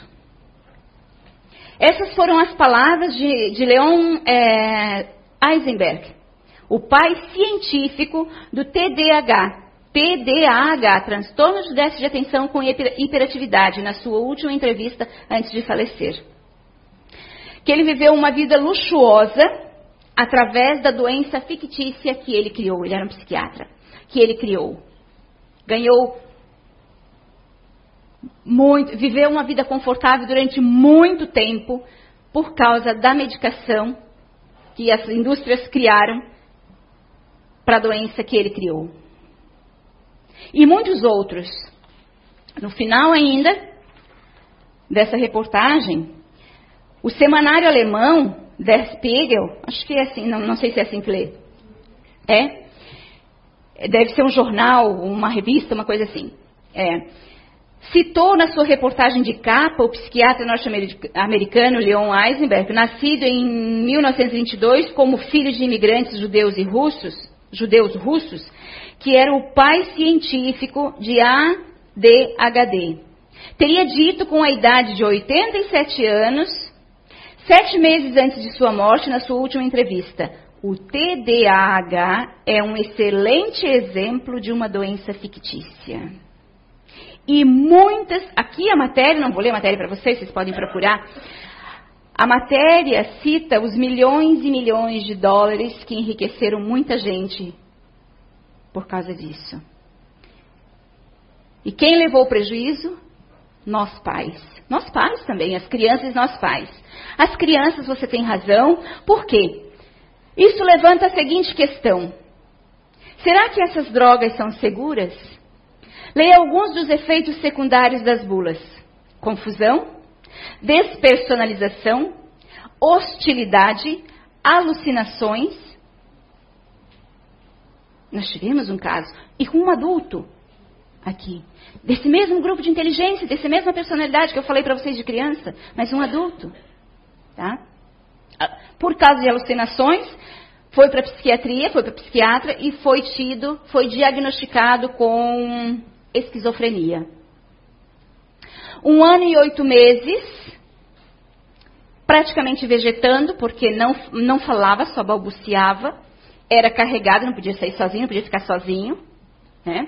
Essas foram as palavras de Leon Eisenberg. o pai científico do TDAH, transtorno de déficit de atenção com hiperatividade, na sua última entrevista antes de falecer. Que ele viveu uma vida luxuosa através da doença fictícia que ele criou. Ele era um psiquiatra, que ele criou. Ganhou muito, viveu uma vida confortável durante muito tempo por causa da medicação que as indústrias criaram para a doença que ele criou. E muitos outros. No final ainda dessa reportagem, o semanário alemão Der Spiegel, acho que é assim, não sei se é assim que lê. Deve ser um jornal, uma revista, uma coisa assim. Citou na sua reportagem de capa o psiquiatra norte-americano Leon Eisenberg, nascido em 1922 como filho de imigrantes judeus russos, que era o pai científico de ADHD. Teria dito com a idade de 87 anos, 7 meses antes de sua morte, na sua última entrevista: o TDAH é um excelente exemplo de uma doença fictícia. E muitas, aqui a matéria, não vou ler a matéria para vocês podem procurar. A matéria cita os milhões e milhões de dólares que enriqueceram muita gente por causa disso. E quem levou o prejuízo? Nós pais. Nós pais também, as crianças e nós pais. As crianças, você tem razão. Por quê? Isso levanta a seguinte questão: será que essas drogas são seguras? Leia alguns dos efeitos secundários das bulas: confusão, despersonalização, hostilidade, alucinações. Nós tivemos um caso, e com um adulto aqui, desse mesmo grupo de inteligência, dessa mesma personalidade que eu falei para vocês de criança, mas um adulto, tá? Por causa de alucinações, foi para a psiquiatria, foi para a psiquiatra e foi diagnosticado com esquizofrenia. 1 ano e 8 meses, praticamente vegetando, porque não falava, só balbuciava, era carregado, não podia sair sozinho, não podia ficar sozinho, né?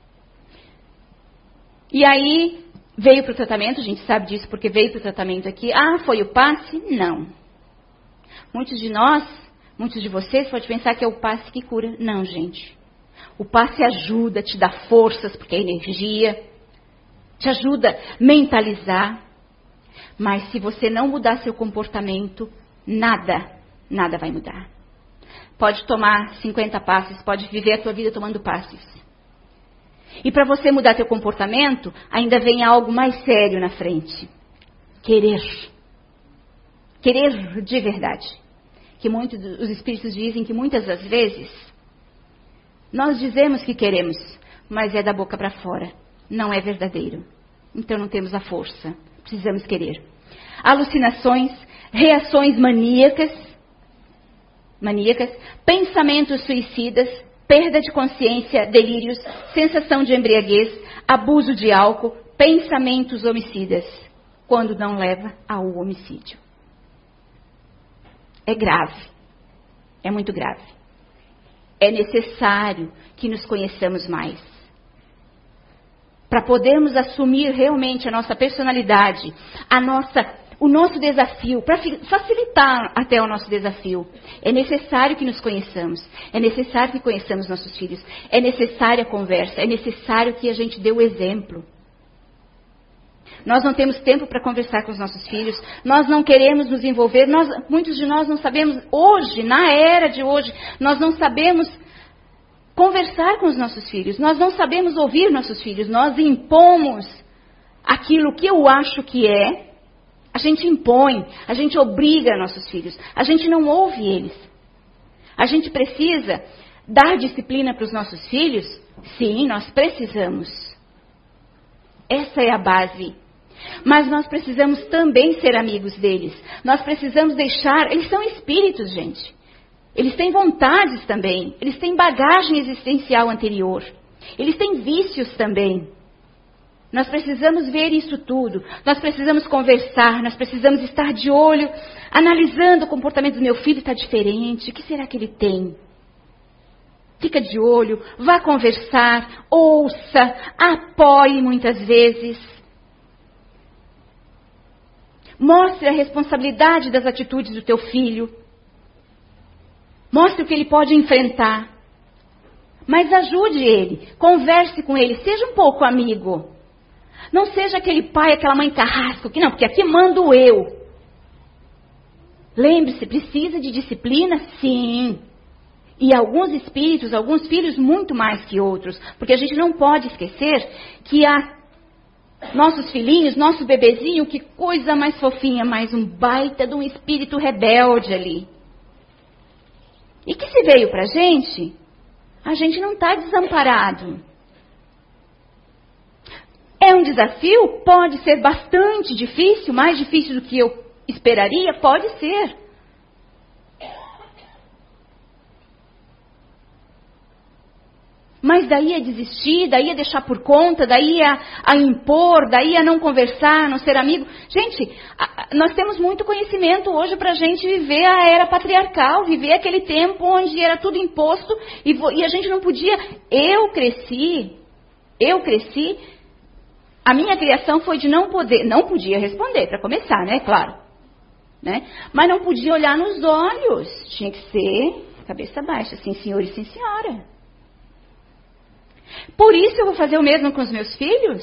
E aí veio para o tratamento, a gente sabe disso porque veio para o tratamento aqui. Foi o passe? Não. Muitos de vocês podem pensar que é o passe que cura. Não, gente. O passe ajuda, te dá forças, porque é energia, te ajuda a mentalizar. Mas se você não mudar seu comportamento, nada vai mudar. Pode tomar 50 passes, pode viver a tua vida tomando passes. E para você mudar teu comportamento, ainda vem algo mais sério na frente. Querer. Querer de verdade. Que os espíritos dizem que muitas das vezes nós dizemos que queremos, mas é da boca para fora. Não é verdadeiro. Então não temos a força. Precisamos querer. Alucinações, reações maníacas, pensamentos suicidas, perda de consciência, delírios, sensação de embriaguez, abuso de álcool, pensamentos homicidas, quando não leva ao homicídio. É grave. É muito grave. É necessário que nos conheçamos mais. Para podermos assumir realmente a nossa personalidade, o nosso desafio, para facilitar até o nosso desafio, é necessário que nos conheçamos, é necessário que conheçamos nossos filhos, é necessária a conversa, é necessário que a gente dê o exemplo. Nós não temos tempo para conversar com os nossos filhos, nós não queremos nos envolver, muitos de nós não sabemos, hoje, na era de hoje, nós não sabemos conversar com os nossos filhos, nós não sabemos ouvir nossos filhos, nós impomos aquilo que eu acho que é. A gente impõe, a gente obriga nossos filhos, a gente não ouve eles. A gente precisa dar disciplina para os nossos filhos? Sim, nós precisamos. Essa é a base. Mas nós precisamos também ser amigos deles. Nós precisamos deixar... Eles são espíritos, gente. Eles têm vontades também. Eles têm bagagem existencial anterior. Eles têm vícios também. Nós precisamos ver isso tudo, nós precisamos conversar, nós precisamos estar de olho, analisando o comportamento do meu filho, está diferente, o que será que ele tem? Fica de olho, vá conversar, ouça, apoie muitas vezes. Mostre a responsabilidade das atitudes do teu filho. Mostre o que ele pode enfrentar. Mas ajude ele, converse com ele, seja um pouco amigo. Não seja aquele pai, aquela mãe carrasco, que não, porque aqui mando eu. Lembre-se, precisa de disciplina? Sim. E alguns espíritos, alguns filhos muito mais que outros. Porque a gente não pode esquecer que há nossos filhinhos, nosso bebezinho, que coisa mais fofinha, mais um baita de um espírito rebelde ali. E que se veio pra gente, a gente não está desamparado. É um desafio? Pode ser bastante difícil, mais difícil do que eu esperaria? Pode ser. Mas daí a desistir, daí a deixar por conta, daí a impor, daí a não conversar, a não ser amigo. Gente, nós temos muito conhecimento hoje para a gente viver a era patriarcal, viver aquele tempo onde era tudo imposto e a gente não podia. Eu cresci, a minha criação foi de não podia responder, para começar, né, claro. Né? Mas não podia olhar nos olhos, tinha que ser cabeça baixa, sim senhor e sim senhora. Por isso eu vou fazer o mesmo com os meus filhos?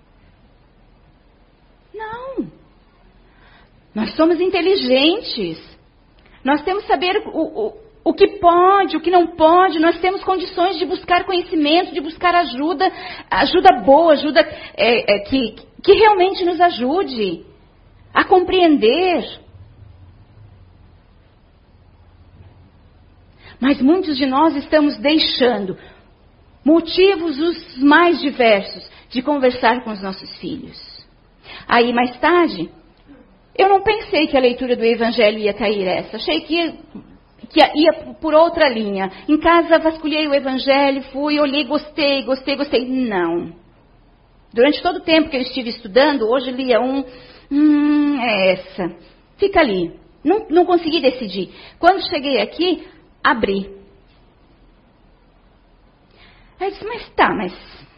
Não. Nós somos inteligentes. Nós temos que saber o que pode, o que não pode. Nós temos condições de buscar conhecimento, de buscar ajuda boa, ajuda que realmente nos ajude a compreender. Mas muitos de nós estamos deixando motivos os mais diversos de conversar com os nossos filhos. Aí, mais tarde, eu não pensei que a leitura do Evangelho ia cair essa. Achei que ia por outra linha. Em casa, vasculhei o Evangelho, fui, olhei, gostei. Não. Durante todo o tempo que eu estive estudando, hoje lia é essa. Fica ali. Não consegui decidir. Quando cheguei aqui, abri. Aí eu disse, mas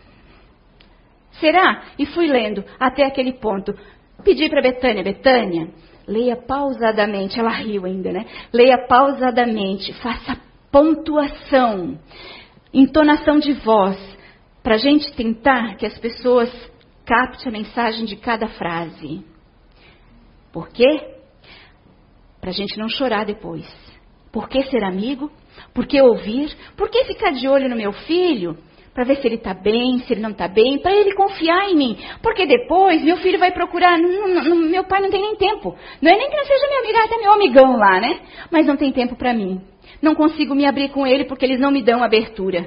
será? E fui lendo até aquele ponto. Pedi para Betânia, leia pausadamente. Ela riu ainda, né? Leia pausadamente, faça pontuação, entonação de voz, para a gente tentar que as pessoas captem a mensagem de cada frase. Por quê? Para a gente não chorar depois. Por que ser amigo? Por que ouvir? Por que ficar de olho no meu filho? Para ver se ele está bem, se ele não está bem, para ele confiar em mim. Porque depois meu filho vai procurar, meu pai não tem nem tempo. Não é nem que não seja meu amigo, até meu amigão lá, né? Mas não tem tempo para mim. Não consigo me abrir com ele porque eles não me dão abertura.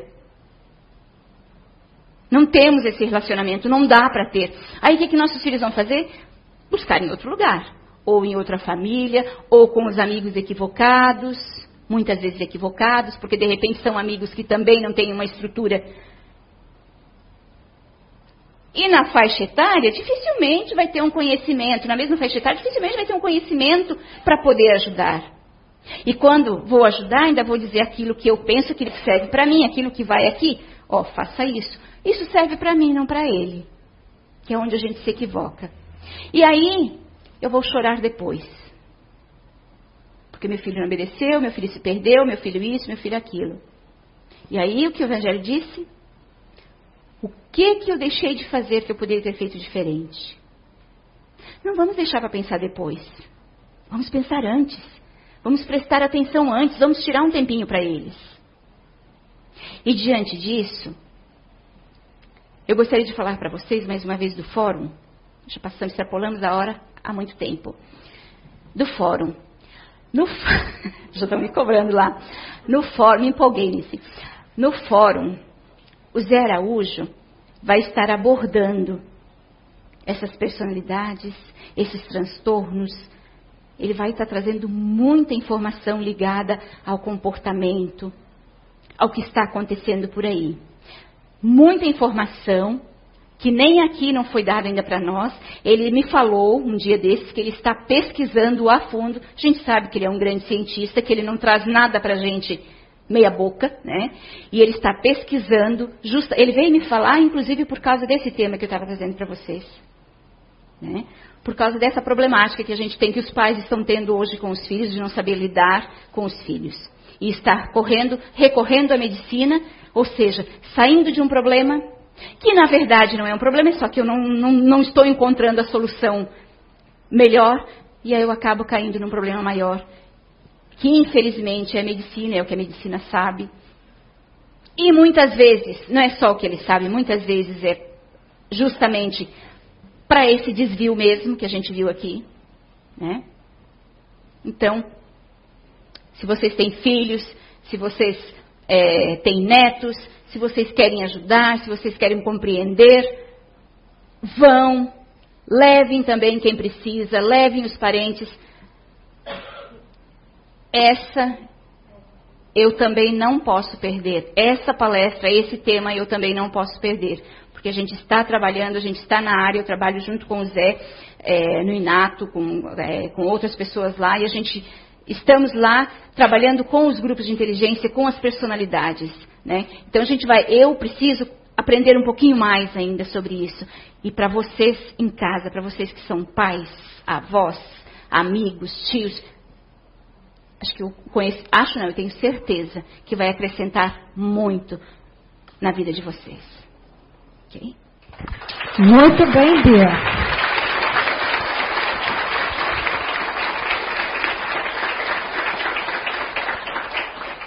Não temos esse relacionamento, não dá para ter. Aí o que nossos filhos vão fazer? Buscar em outro lugar. Ou em outra família, ou com os amigos equivocados. Muitas vezes equivocados, porque de repente são amigos que também não têm uma estrutura. E na faixa etária, dificilmente vai ter um conhecimento, na mesma faixa etária, dificilmente vai ter um conhecimento para poder ajudar. E quando vou ajudar, ainda vou dizer aquilo que eu penso que serve para mim, aquilo que vai aqui, faça isso. Isso serve para mim, não para ele. Que é onde a gente se equivoca. E aí, eu vou chorar depois. Porque meu filho não obedeceu, meu filho se perdeu, meu filho isso, meu filho aquilo. E aí o que o Evangelho disse? O que eu deixei de fazer que eu poderia ter feito diferente? Não vamos deixar para pensar depois. Vamos pensar antes. Vamos prestar atenção antes. Vamos tirar um tempinho para eles. E diante disso, eu gostaria de falar para vocês mais uma vez do fórum. Já passamos, extrapolamos a hora há muito tempo. Do fórum. Já estão me cobrando lá. No fórum, me empolguei nisso. No fórum, o Zé Araújo vai estar abordando essas personalidades, esses transtornos. Ele vai estar trazendo muita informação ligada ao comportamento, ao que está acontecendo por aí. Muita informação que nem aqui não foi dada ainda para nós. Ele me falou um dia desses que ele está pesquisando a fundo. A gente sabe que ele é um grande cientista, que ele não traz nada para a gente meia boca, né? E ele está pesquisando, ele veio me falar, inclusive, por causa desse tema que eu estava trazendo para vocês. Né? Por causa dessa problemática que a gente tem, que os pais estão tendo hoje com os filhos, de não saber lidar com os filhos. E estar recorrendo à medicina, ou seja, saindo de um problema, que na verdade não é um problema, só que eu não estou encontrando a solução melhor, e aí eu acabo caindo num problema maior, que infelizmente é a medicina, é o que a medicina sabe. E muitas vezes, não é só o que ele sabe, muitas vezes é justamente para esse desvio mesmo que a gente viu aqui. Né? Então, se vocês têm filhos, se vocês têm netos, se vocês querem ajudar, se vocês querem compreender, vão, levem também quem precisa, levem os parentes. Essa eu também não posso perder. Essa palestra, esse tema eu também não posso perder. Porque a gente está trabalhando, a gente está na área, eu trabalho junto com o Zé, no Inato, com outras pessoas lá, e a gente estamos lá trabalhando com os grupos de inteligência, com as personalidades. Né? Então eu preciso aprender um pouquinho mais ainda sobre isso. E para vocês em casa, para vocês que são pais, avós, amigos, tios, eu tenho certeza que vai acrescentar muito na vida de vocês. Ok? Muito bem, Bia.